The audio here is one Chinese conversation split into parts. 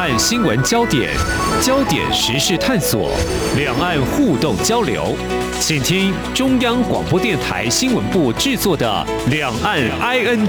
岸新闻焦点，焦点时事探索，两岸互动交流，请听中央广播电台新闻部制作的《两岸 ING》。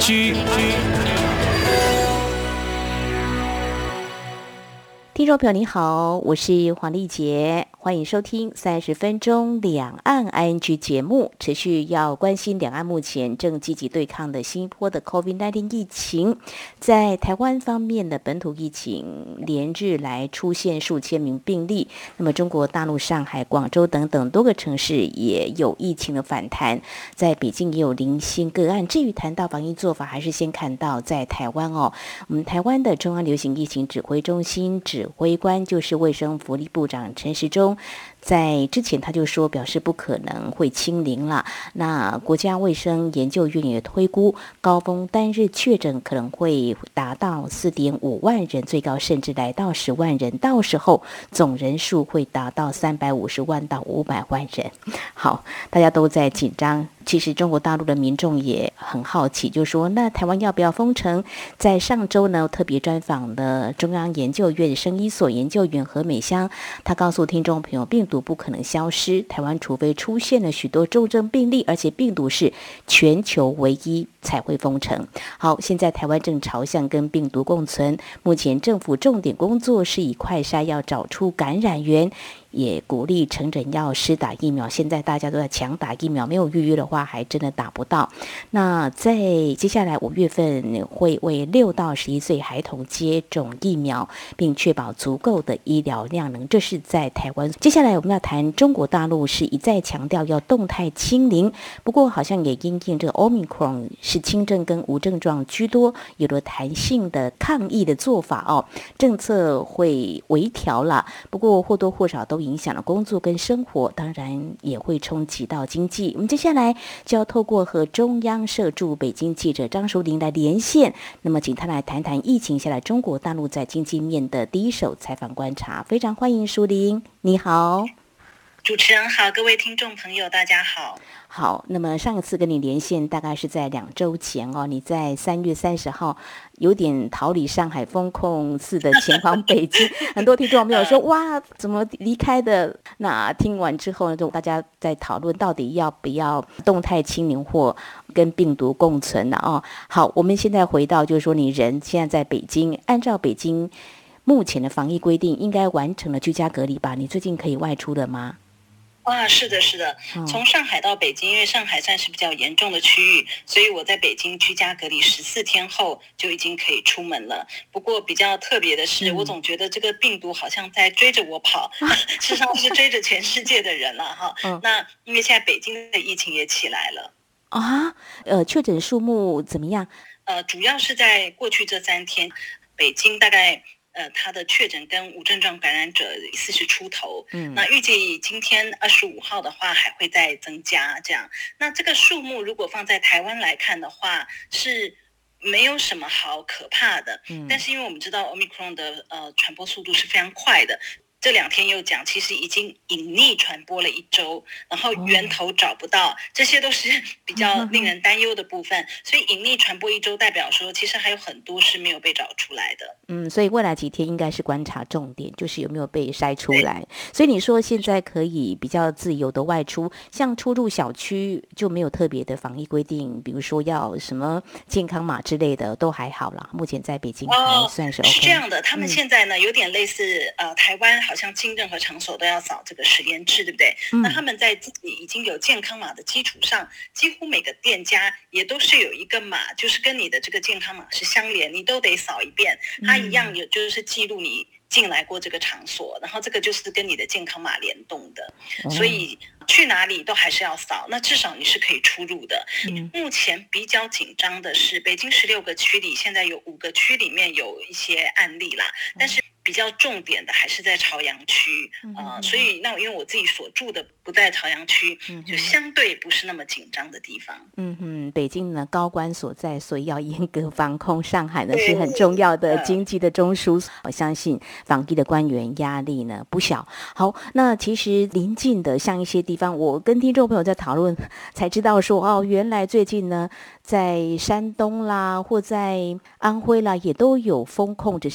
听众朋友你好，我是黄丽杰，欢迎收听30分钟两岸 ING 节目。持续要关心两岸目前正积极对抗的新一波的 COVID-19 疫情，在台湾方面的本土疫情连日来出现数千名病例，那么中国大陆上海、广州等等多个城市也有疫情的反弹，在北京也有零星个案。至于谈到防疫做法，还是先看到在台湾我们台湾的中央流行疫情指挥中心指挥官就是卫生福利部长陈时中，在之前他就说表示不可能会清零了。那国家卫生研究院也推估高峰单日确诊可能会达到 4.5 万人，最高甚至来到10万人，到时候总人数会达到350万到500万人。好，大家都在紧张，其实中国大陆的民众也很好奇，就说那台湾要不要封城？在上周呢，特别专访了中央研究院生医所研究员何美香，他告诉听众朋友，病毒不可能消失，台湾除非出现了许多重症病例，而且病毒是全球唯一，才会封城。好，现在台湾正朝向跟病毒共存，目前政府重点工作是以快筛要找出感染源，也鼓励成人要施打疫苗。现在大家都在抢打疫苗，没有预约的话还真的打不到。那在接下来5月份会为6到11岁孩童接种疫苗，并确保足够的医疗量能，这是在台湾。接下来我们要谈中国大陆是一再强调要动态清零，不过好像也因应这个 Omicron 是轻症跟无症状居多，有了弹性的抗疫的做法政策会微调了，不过或多或少都影响了工作跟生活，当然也会冲击到经济。我们接下来就要透过和中央社驻北京记者张淑玲来连线，那么请他来谈谈疫情下来中国大陆在经济面的第一手采访观察。非常欢迎淑玲，你好。 主持人好，各位听众朋友大家好。 好，那么上一次跟你连线大概是在2周前你在3月30号有点逃离上海封控似的前往北京很多听众朋友说哇怎么离开的，那听完之后呢，就大家在讨论到底要不要动态清零或跟病毒共存了好，我们现在回到就是说你人现在在北京，按照北京目前的防疫规定应该完成了居家隔离吧？你最近可以外出的吗？ 是的，从上海到北京，因为上海算是比较严重的区域，所以我在北京居家隔离14天后就已经可以出门了。不过比较特别的是，我总觉得这个病毒好像在追着我跑，事实上是追着全世界的人了那因为现在北京的疫情也起来了确诊数目怎么样？ 主要是在过去这3天，北京大概他的确诊跟无症状感染者40出头，那预计今天25号的话还会再增加这样。那这个数目如果放在台湾来看的话，是没有什么好可怕的，但是因为我们知道 Omicron 的传播速度是非常快的。这2天又讲，其实已经隐匿传播了1周，然后源头找不到，这些都是比较令人担忧的部分。所以隐匿传播1周，代表说其实还有很多是没有被找出来的。 所以未来几天应该是观察重点，就是有没有被筛出来。所以你说现在可以比较自由的外出，像出入小区就没有特别的防疫规定，比如说要什么健康码之类的，都还好啦。目前在北京还算是 OK。 是这样的，他们现在呢有点类似台湾好像进任何场所都要扫这个实联制，对不对？那他们在自己已经有健康码的基础上，几乎每个店家也都是有一个码，就是跟你的这个健康码是相连，你都得扫一遍，它一样有就是记录你进来过这个场所，然后这个就是跟你的健康码联动的，所以去哪里都还是要扫，那至少你是可以出入的。目前比较紧张的是北京16个区里，现在有5个区里面有一些案例啦，但是比较重点的还是在朝阳区，所以那因为我自己所住的不在朝阳区，就相对不是那么紧张的地方。 北京呢高官所在，所以要严格防控。上海呢是很重要的经济的中枢，我相信防疫的官员压力呢不小。好，那其实临近的像一些地方，我跟听众朋友在讨论才知道说原来最近呢在山东啦或在安徽啦也都有封控，只是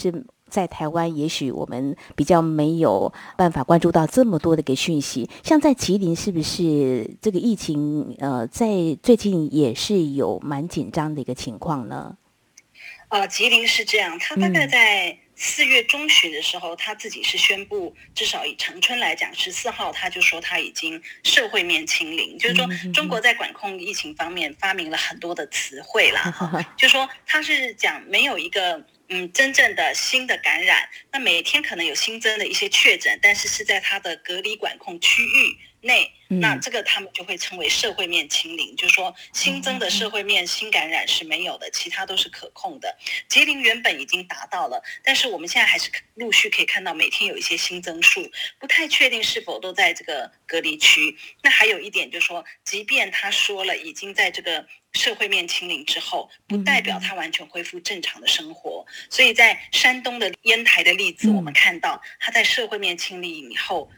在台湾也许我们比较没有办法关注到这么多的一个讯息，像在麒麟是不是这个疫情在最近也是有蛮紧张的一个情况呢？ 吉林是这样，他大概在4月中旬的时候，他自己是宣布，至少以长春来讲，14号他就说他已经社会面清零，就是说中国在管控疫情方面发明了很多的词汇啦，就说他是讲没有一个真正的新的感染，那每天可能有新增的一些确诊，但是是在他的隔离管控区域内，那这个他们就会称为社会面清零，就是说新增的社会面新感染是没有的，其他都是可控的。吉林原本已经达到了，但是我们现在还是陆续可以看到每天有一些新增数，不太确定是否都在这个隔离区。那还有一点就是说，即便他说了已经在这个社会面清零之后，不代表他完全恢复正常的生活。所以在山东的烟台的例子，我们看到他在社会面清零以后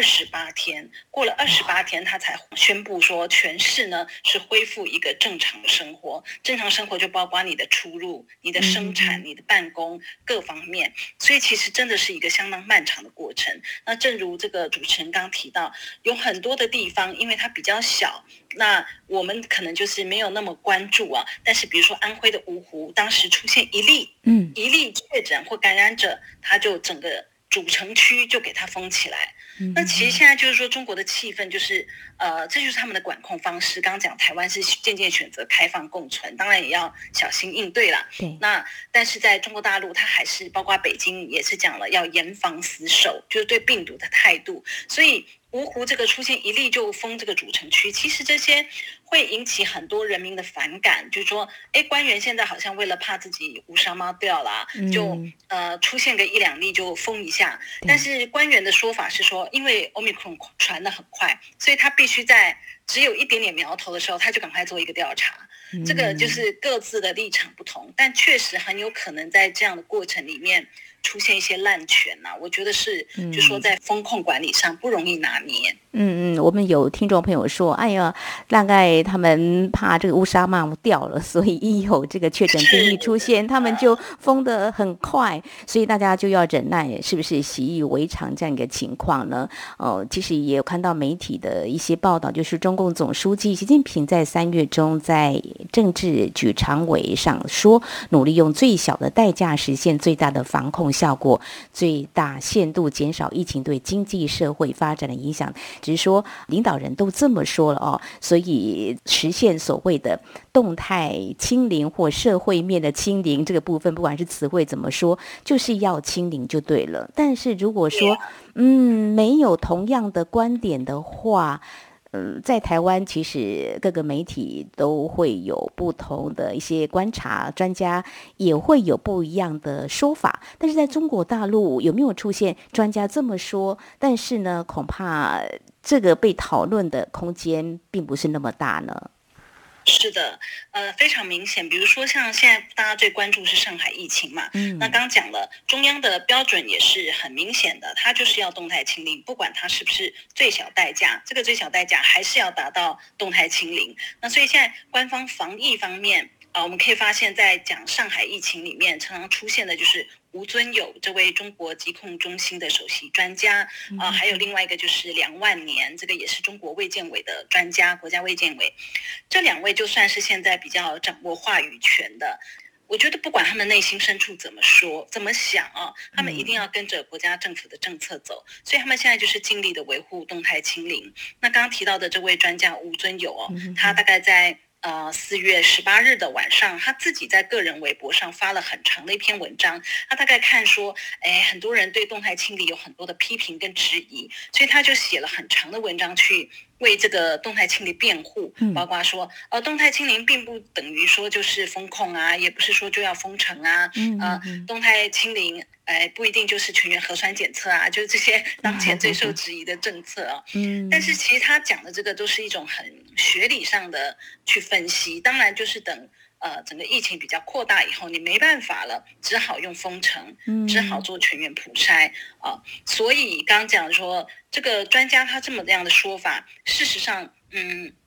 28天，过了28天，他才宣布说全市呢是恢复一个正常的生活。正常生活就包括你的出入、你的生产、你的办公各方面。所以其实真的是一个相当漫长的过程。那正如这个主持人刚提到，有很多的地方因为它比较小，那我们可能就是没有那么关注啊。但是比如说安徽的芜湖，当时出现一例确诊或感染者，他就整个主城区就给它封起来。那其实现在就是说中国的气氛就是这就是他们的管控方式。刚刚讲台湾是渐渐选择开放共存，当然也要小心应对啦。那但是在中国大陆，它还是包括北京也是讲了要严防死守，就是对病毒的态度。所以芜湖这个出现一例就封这个主城区，其实这些会引起很多人民的反感，就是说官员现在好像为了怕自己乌纱帽掉了，就出现个1-2例就封一下。但是官员的说法是说，因为 Omicron 传得很快，所以他必须在只有一点点苗头的时候，他就赶快做一个调查。这个就是各自的立场不同，但确实很有可能在这样的过程里面出现一些滥权啊，我觉得是就说在风控管理上不容易拿捏。 我们有听众朋友说，哎呀，大概他们怕这个乌纱帽掉了，所以一有这个确诊病例出现，他们就封得很快，所以大家就要忍耐，是不是习以为常这样一个情况呢？其实也有看到媒体的一些报道，就是中共总书记习近平在3月中在政治局常委上说，努力用最小的代价实现最大的防控效果，最大限度减少疫情对经济社会发展的影响。只是说领导人都这么说了所以实现所谓的动态清零或社会面的清零这个部分，不管是词汇怎么说，就是要清零就对了。但是如果说没有同样的观点的话，在台湾其实各个媒体都会有不同的一些观察，专家也会有不一样的说法。但是在中国大陆有没有出现专家这么说，但是呢恐怕这个被讨论的空间并不是那么大呢？ 是的，非常明显。比如说像现在大家最关注是上海疫情嘛，那刚讲了，中央的标准也是很明显的，它就是要动态清零，不管它是不是最小代价，这个最小代价还是要达到动态清零。那所以现在官方防疫方面我们可以发现在讲上海疫情里面常常出现的就是吴尊友这位中国疾控中心的首席专家还有另外一个就是梁万年，这个也是中国卫健委的专家，国家卫健委。这2位就算是现在比较掌握话语权的，我觉得不管他们内心深处怎么说怎么想他们一定要跟着国家政府的政策走，所以他们现在就是尽力的维护动态清零。那刚刚提到的这位专家吴尊友他大概在4月18日的晚上，他自己在个人微博上发了很长的一篇文章，他大概看说很多人对动态清理有很多的批评跟质疑，所以他就写了很长的文章去为这个动态清理辩护，包括说动态清零并不等于说就是封控啊，也不是说就要封城啊，动态清零不一定就是全员核酸检测啊，就是这些当前最受质疑的政策但是其实他讲的这个都是一种很学理上的去分析，当然就是等整个疫情比较扩大以后，你没办法了，只好用封城，只好做全员普筛所以刚讲说这个专家他这么样的说法，事实上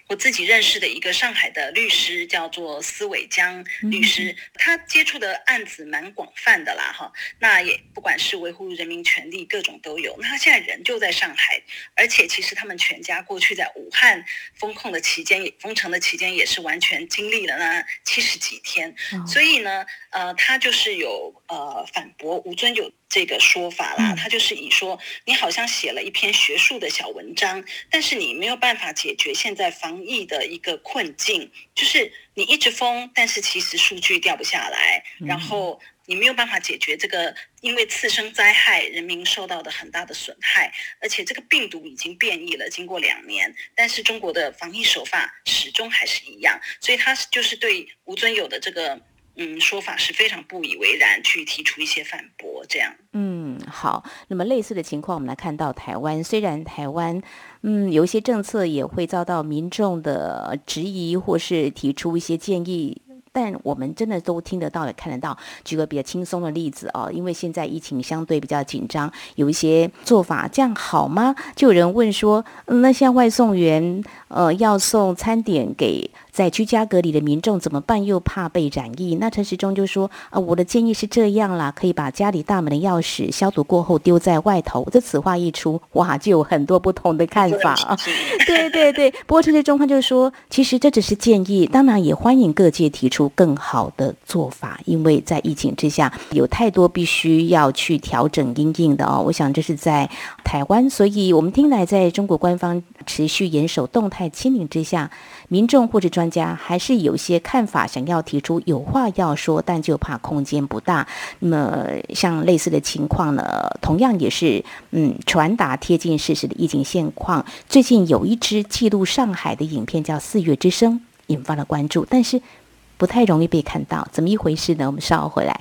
我自己认识的一个上海的律师叫做司伟江律师，他接触的案子蛮广泛的啦哈，那也不管是维护人民权利各种都有。那他现在人就在上海，而且其实他们全家过去在武汉封城的期间也是完全经历了那70几天，所以呢他就是有反驳吴尊友这个说法啦，他就是以说你好像写了一篇学术的小文章，但是你没有办法解决现在防疫的一个困境，就是你一直封，但是其实数据掉不下来，然后你没有办法解决这个因为次生灾害人民受到的很大的损害，而且这个病毒已经变异了，经过2年，但是中国的防疫手法始终还是一样，所以他就是对吴尊友的这个说法是非常不以为然，去提出一些反驳这样。 好，那么类似的情况我们来看到台湾，虽然台湾有一些政策也会遭到民众的质疑或是提出一些建议，但我们真的都听得到也看得到。举个比较轻松的例子因为现在疫情相对比较紧张，有一些做法这样好吗？就有人问说那像外送员要送餐点给在居家隔离的民众怎么办？又怕被染疫。那陈时中就说我的建议是这样啦，可以把家里大门的钥匙消毒过后丢在外头。这此话一出，哇，就有很多不同的看法对对对，不过陈时中他就说，其实这只是建议，当然也欢迎各界提出更好的做法，因为在疫情之下有太多必须要去调整因应的我想这是在台湾，所以我们听来在中国官方持续严守动态清零之下，民众或者专家还是有些看法想要提出，有话要说，但就怕空间不大。那么像类似的情况呢，同样也是传达贴近事实的疫情现况。最近有一支记录上海的影片叫《4月之声》，引发了关注，但是不太容易被看到，怎么一回事呢？我们稍后回来。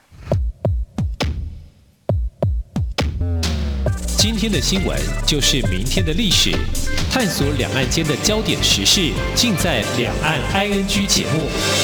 今天的新闻就是明天的历史，探索两岸间的焦点时事，尽在《两岸 ING》节目。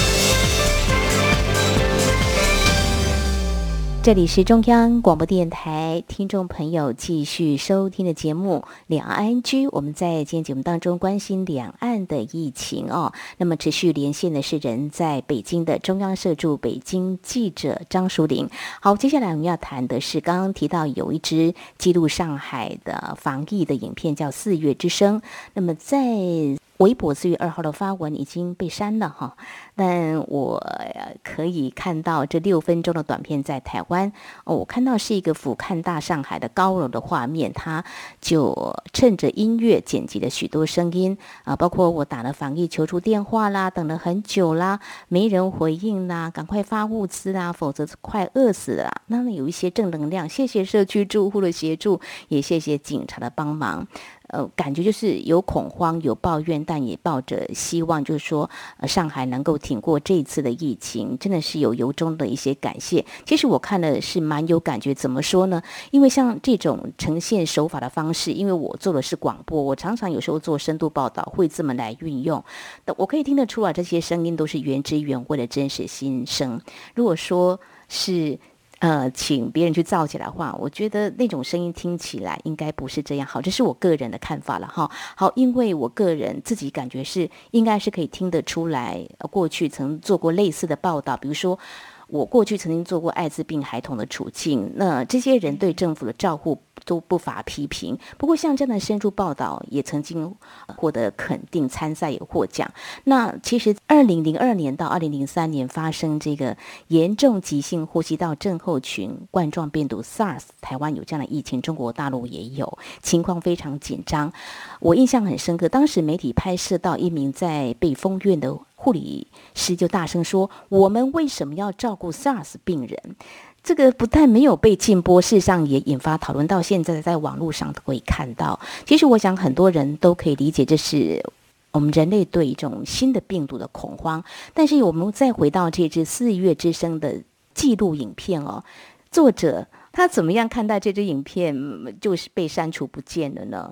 这里是中央广播电台，听众朋友继续收听的节目《两岸 ING》。我们在今天节目当中关心两岸的疫情那么持续连线的是人在北京的中央社驻北京记者张淑玲。好，接下来我们要谈的是刚刚提到有一支记录上海的防疫的影片叫《4月之声》，那么在微博4月2号的发文已经被删了但我可以看到这6分钟的短片在台湾我看到是一个俯瞰大上海的高楼的画面，它就趁着音乐剪辑了许多声音包括我打了防疫求助电话啦，等了很久啦，没人回应啦，赶快发物资啦，否则快饿死了啦。那有一些正能量，谢谢社区住户的协助，也谢谢警察的帮忙。感觉就是有恐慌有抱怨，但也抱着希望，就是说上海能够挺过这一次的疫情，真的是有由衷的一些感谢。其实我看了是蛮有感觉，怎么说呢？因为像这种呈现手法的方式，因为我做的是广播，我常常有时候做深度报道会这么来运用，我可以听得出来这些声音都是原汁原味的真实心声。如果说是请别人去造起来的话，我觉得那种声音听起来应该不是这样好，这是我个人的看法了好，因为我个人自己感觉是应该是可以听得出来，过去曾做过类似的报道，比如说我过去曾经做过艾滋病孩童的处境，那这些人对政府的照顾都不乏批评，不过像这样的深入报道也曾经获得肯定，参赛也获奖。那其实2002年到2003年发生这个严重急性呼吸道症候群冠状病毒 SARS， 台湾有这样的疫情，中国大陆也有，情况非常紧张。我印象很深刻，当时媒体拍摄到一名在被封院的护理师就大声说，我们为什么要照顾 SARS 病人？这个不但没有被禁播，事实上也引发讨论，到现在在网络上都可以看到。其实我想很多人都可以理解，这是我们人类对一种新的病毒的恐慌。但是我们再回到这支4月之声的纪录影片作者他怎么样看待这支影片就是被删除不见了呢？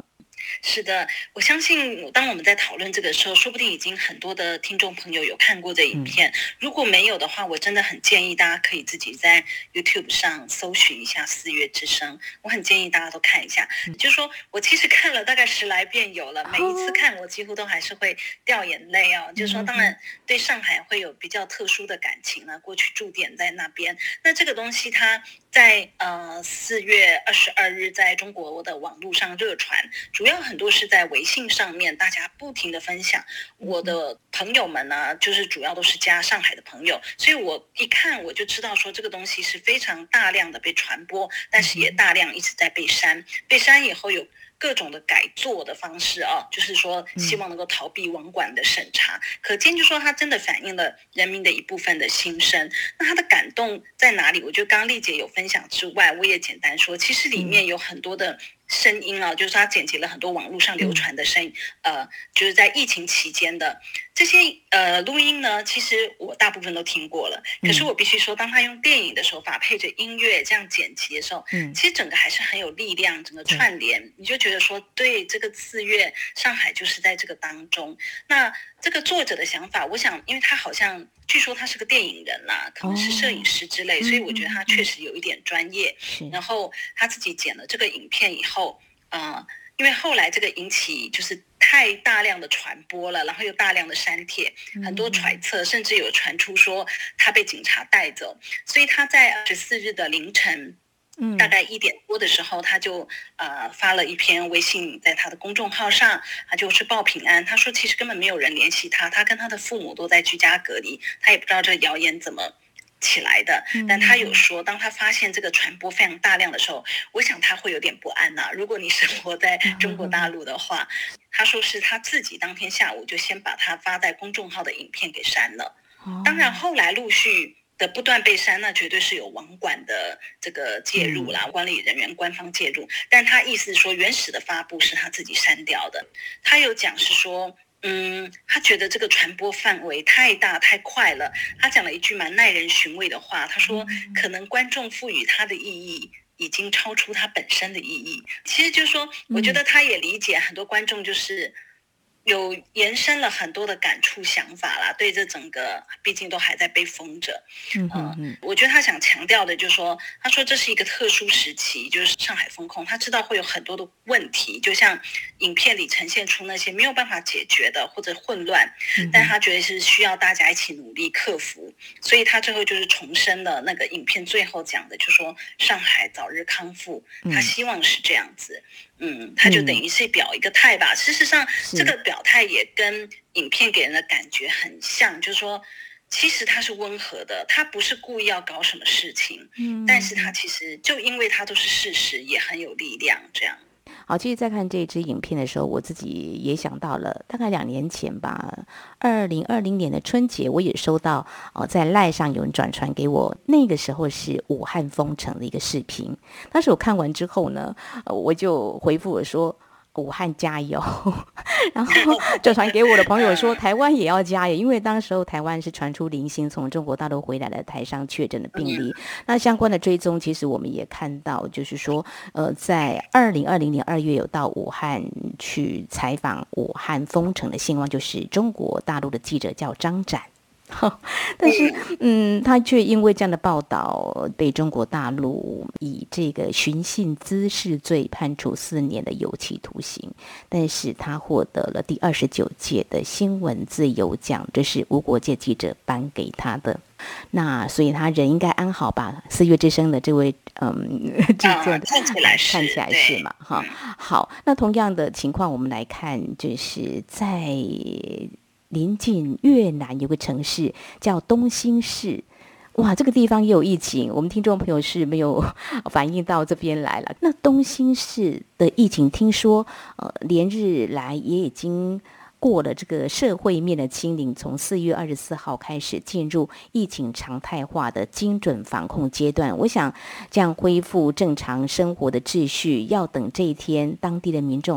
是的，我相信当我们在讨论这个时候，说不定已经很多的听众朋友有看过这影片。如果没有的话，我真的很建议大家可以自己在 YouTube 上搜寻一下《4月之声》，我很建议大家都看一下。就是说我其实看了大概10来遍有了，每一次看我几乎都还是会掉眼泪哦。就是说，当然对上海会有比较特殊的感情呢，过去驻点在那边。那这个东西它在4月22日在中国的网络上热传，主要很多是在微信上面，大家不停的分享。我的朋友们呢，就是主要都是加上海的朋友，所以我一看我就知道说这个东西是非常大量的被传播，但是也大量一直在被删。被删以后有各种的改作的方式啊，就是说希望能够逃避网管的审查。可见就说它真的反映了人民的一部分的心声。那它的感动在哪里？我觉得刚刚丽姐有分享之外，我也简单说，其实里面有很多的声音啊，就是他剪辑了很多网络上流传的声音，就是在疫情期间的这些录音呢，其实我大部分都听过了。可是我必须说，当他用电影的手法配着音乐这样剪辑的时候，其实整个还是很有力量，整个串联，你就觉得说，对，这个4月上海就是在这个当中。那这个作者的想法，我想，因为他好像据说他是个电影人啦，可能是摄影师之类，所以我觉得他确实有一点专业。然后他自己剪了这个影片以后，因为后来这个引起就是太大量的传播了，然后又大量的删帖，很多揣测，甚至有传出说他被警察带走，所以他在24日的凌晨。大概1点多的时候，他就发了一篇微信在他的公众号上，他就是报平安。他说其实根本没有人联系他，他跟他的父母都在居家隔离，他也不知道这个谣言怎么起来的。但他有说，当他发现这个传播非常大量的时候，我想他会有点不安呐。如果你生活在中国大陆的话，他说是他自己当天下午就先把他发在公众号的影片给删了。当然后来陆续的不断被删，那绝对是有网管的这个介入啦，管理人员官方介入。但他意思说原始的发布是他自己删掉的。他有讲是说他觉得这个传播范围太大太快了。他讲了一句蛮耐人寻味的话，他说可能观众赋予他的意义已经超出它本身的意义。其实就是说，我觉得他也理解很多观众就是有延伸了很多的感触想法啦，对这整个毕竟都还在被封着。我觉得他想强调的就是说，他说这是一个特殊时期，就是上海封控，他知道会有很多的问题，就像影片里呈现出那些没有办法解决的或者混乱，但他觉得是需要大家一起努力克服。所以他最后就是重申了那个影片最后讲的，就是说上海早日康复，他希望是这样子。他就等于是表一个态吧。事实上这个表态也跟影片给人的感觉很像，就是说其实他是温和的，他不是故意要搞什么事情，但是他其实就因为他都是事实，也很有力量这样。 好，其实在看这支影片的时候，我自己也想到了，大概2年前吧，2020年的春节，我也收到在赖上有人转传给我，那个时候是武汉封城的一个视频。当时我看完之后呢，我就回复我说，武汉加油然后转传给我的朋友说台湾也要加油，因为当时候台湾是传出零星从中国大陆回来的台商确诊的病例。那相关的追踪其实我们也看到，就是说在2020年2月有到武汉去采访武汉封城的兴旺，就是中国大陆的记者叫张展。但是他却因为这样的报道被中国大陆以这个寻衅滋事罪判处4年的有期徒刑，但是他获得了第29届的新闻自由奖，这是无国界记者颁给他的。那所以他人应该安好吧？4月之声的这位制作看起来是嘛哈。好，那同样的情况我们来看，就是在临近越南有个城市叫东兴市，哇，这个地方也有疫情，我们听众朋友是没有反映到这边来了。那东兴市的疫情听说连日来也已经过了这个社会面的清零，从4月24号开始进入疫情常态化的精准防控阶段。我想这样恢复正常生活的秩序，要等这一天当地的民众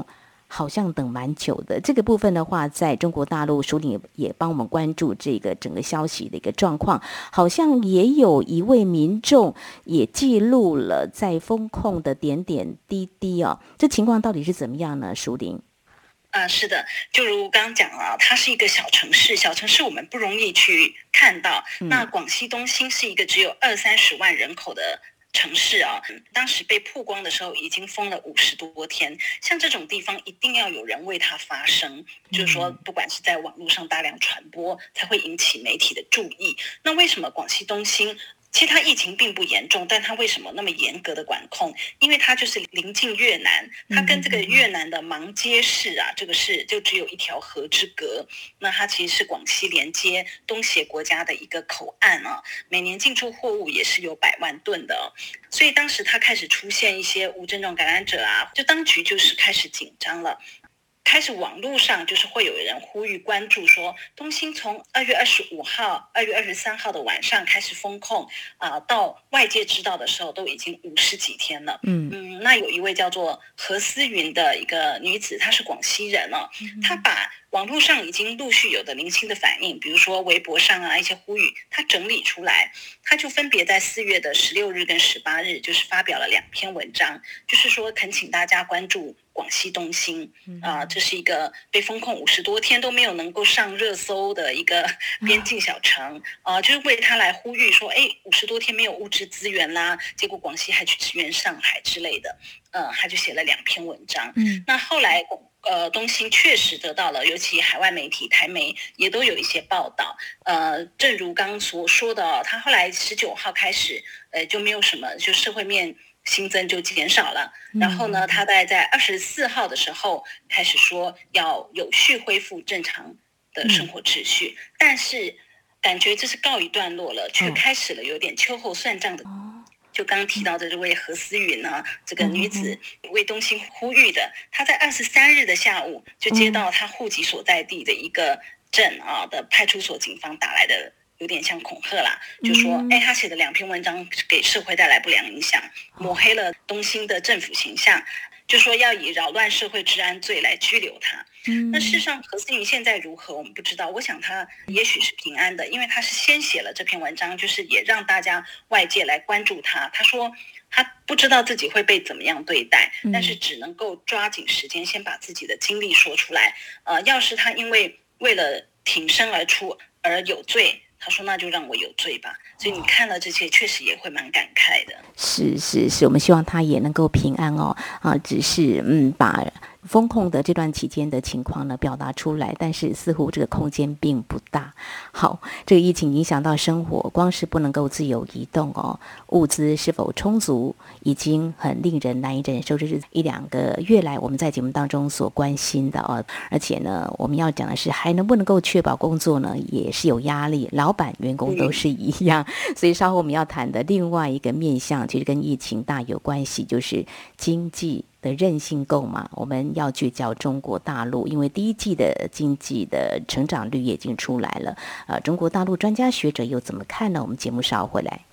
好像等蛮久的。这个部分的话，在中国大陆署理也帮我们关注这个整个消息的一个状况，好像也有一位民众也记录了在封控的点点滴滴哦，这情况到底是怎么样呢？署理？ 是的，就如刚刚讲了，它是一个小城市，小城市我们不容易去看到。那广西东兴是一个只有20-30万人口的城市啊，当时被曝光的时候已经封了50多天，像这种地方一定要有人为它发声，就是说不管是在网络上大量传播，才会引起媒体的注意。那为什么广西东兴其实它疫情并不严重，但它为什么那么严格的管控？因为它就是临近越南，它跟这个越南的芒街市啊，这个市就只有一条河之隔。那它其实是广西连接东协国家的一个口岸啊，每年进出货物也是有100万吨的。所以当时它开始出现一些无症状感染者啊，就当局就是开始紧张了。开始网络上就是会有人呼吁关注说，东兴从2月25号、2月23号的晚上开始封控到外界知道的时候都已经50几天了。那有一位叫做何思云的一个女子，她是广西人哦，她把网络上已经陆续有的零星的反应，比如说微博上一些呼吁，她整理出来，她就分别在4月的16日跟18日，就是发表了2篇文章，就是说恳请大家关注广西东兴这是一个被封控50多天都没有能够上热搜的一个边境小城就是为他来呼吁说50多天没有物质资源啦，结果广西还去支援上海之类的，他就写了2篇文章。那后来东兴确实得到了，尤其海外媒体台媒也都有一些报道。正如刚刚所说的他后来19号开始就没有什么，就社会面新增就减少了。然后呢，他在24号的时候开始说要有序恢复正常的生活秩序，但是感觉这是告一段落了，却开始了有点秋后算账的。就刚刚提到的这位何思云呢，这个女子为东兴呼吁的，她在23日的下午就接到她户籍所在地的一个镇的派出所警方打来的，有点像恐吓啦，就说他写的2篇文章给社会带来不良影响，抹黑了东兴的政府形象，就说要以扰乱社会治安罪来拘留他。那事实上何思云现在如何我们不知道，我想他也许是平安的，因为他是先写了这篇文章，就是也让大家外界来关注他。他说他不知道自己会被怎么样对待，但是只能够抓紧时间先把自己的经历说出来。要是他为了挺身而出而有罪，他说那就让我有罪吧。所以你看了这些确实也会蛮感慨的。 是，我们希望他也能够平安只是把封控的这段期间的情况呢表达出来，但是似乎这个空间并不大。好，这个疫情影响到生活，光是不能够自由移动物资是否充足已经很令人难以忍受，这是1-2个月来我们在节目当中所关心的而且呢我们要讲的是还能不能够确保工作呢也是有压力，老板员工都是一样。所以稍后我们要谈的另外一个面向其实跟疫情大有关系，就是经济的韧性够吗？我们要聚焦中国大陆，因为第一季的经济的成长率也已经出来了。中国大陆专家学者又怎么看呢？我们节目稍后回来。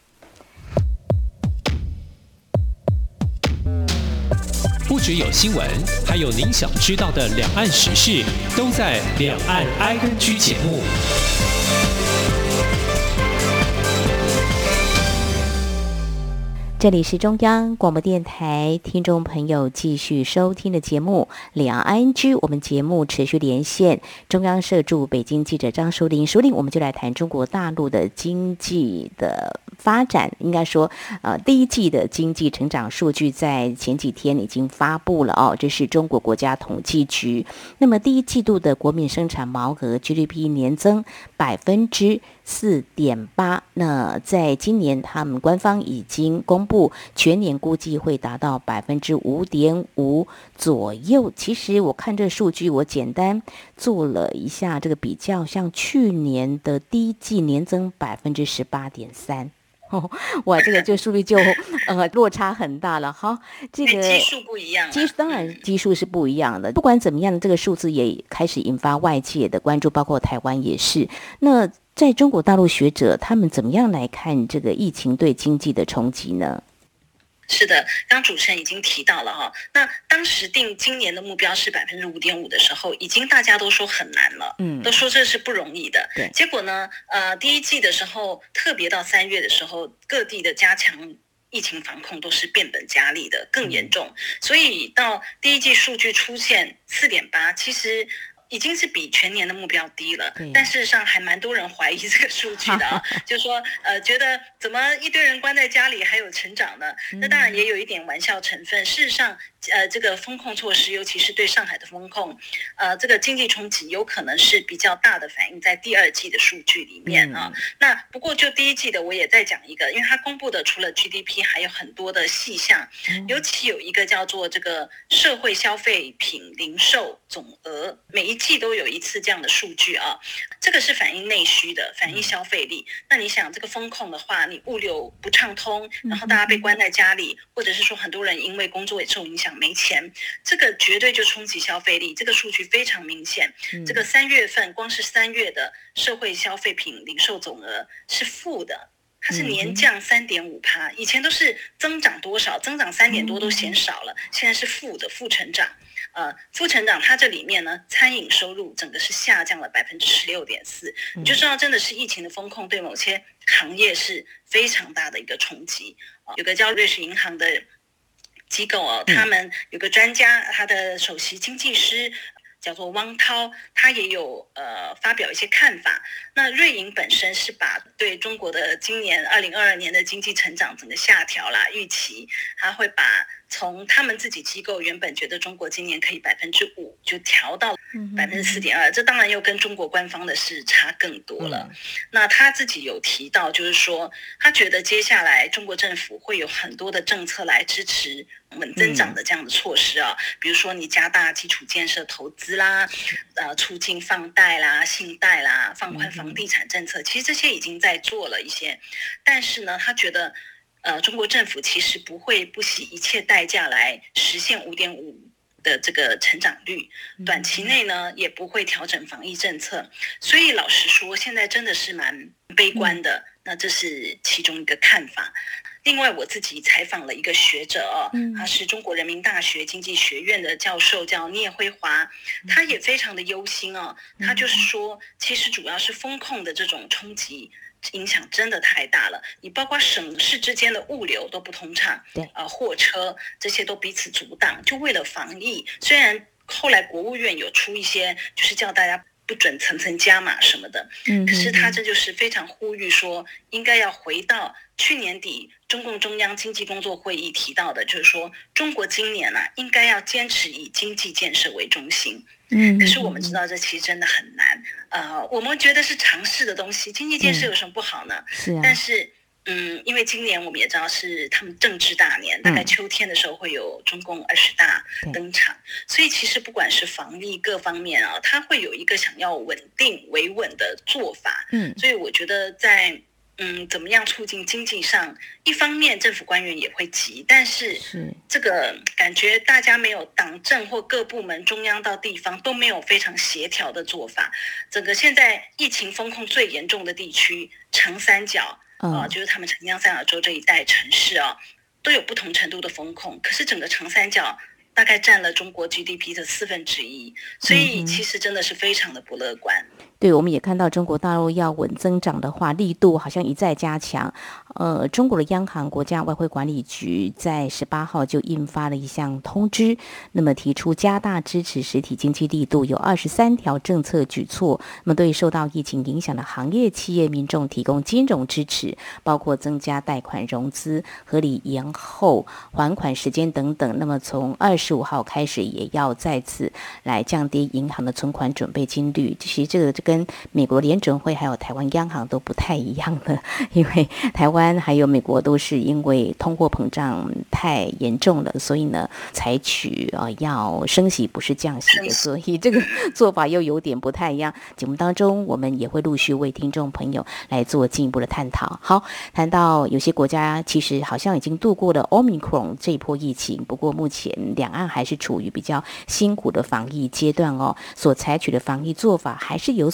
不只有新闻，还有您想知道的两岸时事，都在《两岸 ING》节目。 这里是中央广播电台，听众朋友继续收听的节目《两岸 ING》，我们节目持续连线中央社驻北京记者张淑玲。淑玲，我们就来谈中国大陆的经济的发展。应该说第一季的经济成长数据在前几天已经发布了这是中国国家统计局。那么第一季度的国民生产毛额 GDP 年增4.8%，那在今年他们官方已经公布全年估计会达到5.5%左右。其实我看这数据，我简单做了一下这个比较，像去年的第一季年增18.3%。哇，这个数据就落差很大了。好，这个基数不一样， 当然基数是不一样的。不管怎么样，这个数字也开始引发外界的关注，包括台湾也是。那在中国大陆学者他们怎么样来看这个疫情对经济的冲击呢？ 是的，刚主持人已经提到了哈，那当时定今年的目标是5.5%的时候，已经大家都说很难了，都说这是不容易的。 对， 结果呢，第一季的时候，特别到3月的时候，各地的加强疫情防控都是变本加厉的，更严重。所以到第一季数据出现4.8，其实已经是比全年的目标低了，但事实上还蛮多人怀疑这个数据的啊，就说觉得怎么一堆人关在家里还有成长呢？那当然也有一点玩笑成分。事实上，这个风控措施，尤其是对上海的风控，这个经济冲击有可能是比较大的反映在第二季的数据里面啊。那不过就第一季的，我也再讲一个，因为它公布的除了 GDP 还有很多的细项，尤其有一个叫做这个社会消费品零售总额，每一季都有一次这样的数据啊，这个是反映内需的，反映消费力。那你想这个风控的话，你物流不畅通，然后大家被关在家里，或者是说很多人因为工作也受影响没钱，这个绝对就冲击消费力，这个数据非常明显。这个3月份光是3月的社会消费品零售总额是负的，它是年降3.5%，以前都是增长多少，增长3点多都嫌少了，现在是负的，负成长。副成长它这里面呢，餐饮收入整个是下降了16.4%，你就知道真的是疫情的风控对某些行业是非常大的一个冲击。有个叫瑞士银行的机构哦，他们有个专家，他的首席经济师叫做汪涛，他也有发表一些看法。那瑞银本身是把对中国的今年2022年的经济成长整个下调啦，预期他会把从他们自己机构原本觉得中国今年可以5%，就调到4.2%，这当然又跟中国官方的是差更多了。那他自己有提到，就是说他觉得接下来中国政府会有很多的政策来支持稳增长的这样的措施啊，比如说你加大基础建设投资啦，促进放贷啦、信贷啦，放宽房地产政策，其实这些已经在做了一些，但是呢，他觉得中国政府其实不会不惜一切代价来实现5.5的这个成长率，短期内呢也不会调整防疫政策，所以老实说，现在真的是蛮悲观的。那这是其中一个看法。另外，我自己采访了一个学者哦，他是中国人民大学经济学院的教授，叫聂辉华，他也非常的忧心哦。他就是说，其实主要是风控的这种冲击影响真的太大了，你包括省市之间的物流都不通畅，对，货车这些都彼此阻挡，就为了防疫。虽然后来国务院有出一些，就是叫大家不准层层加码什么的，可是他这就是非常呼吁说，应该要回到去年底中共中央经济工作会议提到的，就是说中国今年应该要坚持以经济建设为中心。可是我们知道这其实真的很难。我们觉得是常识的东西，经济建设有什么不好呢？是啊。但是因为今年我们也知道是他们政治大年，大概秋天的时候会有中共20大登场，所以其实不管是防疫各方面啊，它会有一个想要稳定维稳的做法。所以我觉得在怎么样促进经济上，一方面政府官员也会急，但是这个感觉大家没有党政或各部门中央到地方都没有非常协调的做法。整个现在疫情封控最严重的地区长三角就是他们长江三角洲这一带城市都有不同程度的封控，可是整个长三角大概占了中国 GDP 的1/4，所以其实真的是非常的不乐观。 对，我们也看到中国大陆要稳增长的话，力度好像一再加强。中国的央行国家外汇管理局在18号就印发了一项通知，那么提出加大支持实体经济力度，有23条政策举措，那么对受到疫情影响的行业、企业、民众提供金融支持，包括增加贷款融资、合理延后还款时间等等。那么从25号开始，也要再次来降低银行的存款准备金率。其实这个跟美国联准会还有台湾央行都不太一样了，因为台湾还有美国都是因为通货膨胀太严重了，所以呢采取要升息不是降息的，所以这个做法又有点不太一样。节目当中我们也会陆续为听众朋友来做进一步的探讨。好，谈到有些国家其实好像已经度过了 Omicron 这一波疫情，不过目前两岸还是处于比较辛苦的防疫阶段所采取的防疫做法还是有所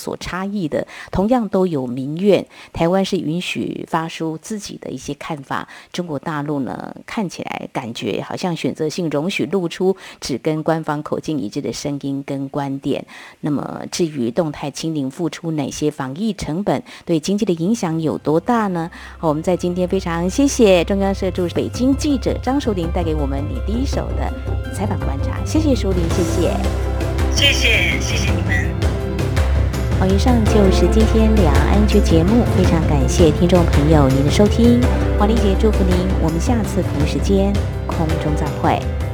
所差异的，同样都有民怨。台湾是允许发出自己的一些看法，中国大陆呢，看起来感觉好像选择性容许露出只跟官方口径一致的声音跟观点。那么至于动态清零付出哪些防疫成本，对经济的影响有多大呢？我们在今天非常谢谢中央社驻北京记者张淑玲带给我们你第一手的采访观察，谢谢淑玲，谢谢。 谢谢你们。 好，以上就是今天两岸安居节目，非常感谢听众朋友您的收听，黄丽姐祝福您，我们下次同时间空中再会。